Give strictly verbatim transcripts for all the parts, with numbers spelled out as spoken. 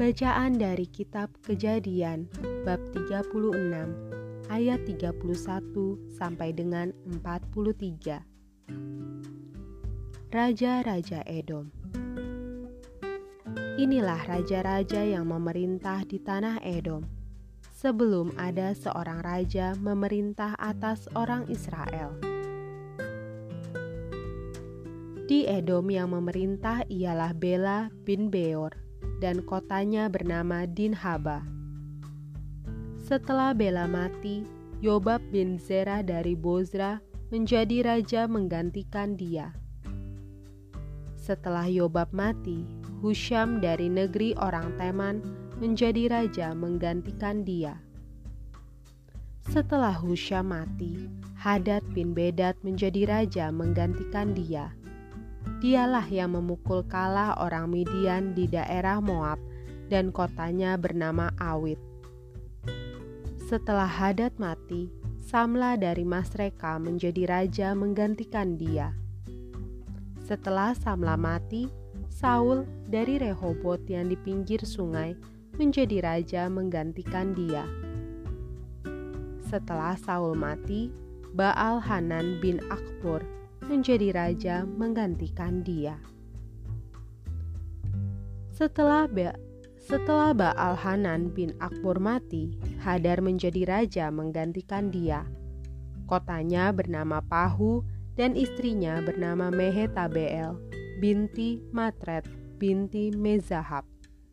Bacaan dari kitab Kejadian bab tiga puluh enam ayat tiga puluh satu sampai dengan empat puluh tiga. Raja-raja Edom. Inilah raja-raja yang memerintah di tanah Edom sebelum ada seorang raja memerintah atas orang Israel. Di Edom yang memerintah ialah Bela bin Beor, dan kotanya bernama Dinhaba. Setelah Bela mati, Yobab bin Zerah dari Bozra menjadi raja menggantikan dia. Setelah Yobab mati, Husham dari negeri orang Teman menjadi raja menggantikan dia. Setelah Husham mati, Hadad bin Bedad menjadi raja menggantikan dia. Dialah yang memukul kalah orang Midian di daerah Moab, dan kotanya bernama Awit. Setelah Hadad mati, Samla dari Masreka menjadi raja menggantikan dia. Setelah Samla mati, Saul dari Rehobot yang di pinggir sungai menjadi raja menggantikan dia. Setelah Saul mati, Baal Hanan bin Akbor menjadi raja menggantikan dia. Setelah ba- setelah Baal Hanan bin Akbor mati, Hadar menjadi raja menggantikan dia. Kotanya bernama Pahu dan istrinya bernama Mehetabeel binti Matred binti Mezahab.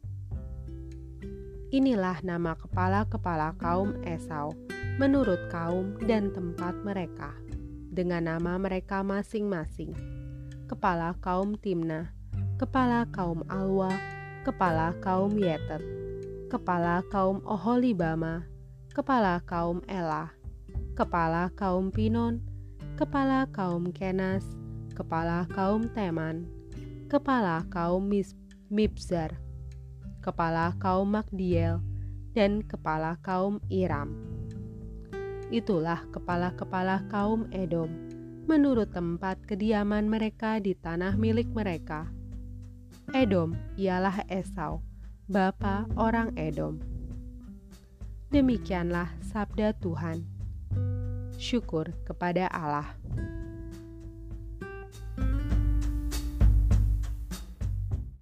Inilah nama kepala-kepala kaum Esau menurut kaum dan tempat mereka, dengan nama mereka masing-masing: kepala kaum Timnah, kepala kaum Alwa, kepala kaum Yetet, kepala kaum Oholibama, kepala kaum Elah, kepala kaum Pinon, kepala kaum Kenas, kepala kaum Teman, kepala kaum Mibzar, kepala kaum Magdiel, dan kepala kaum Iram. Itulah kepala-kepala kaum Edom, menurut tempat kediaman mereka di tanah milik mereka. Edom ialah Esau, bapa orang Edom. Demikianlah sabda Tuhan. Syukur kepada Allah.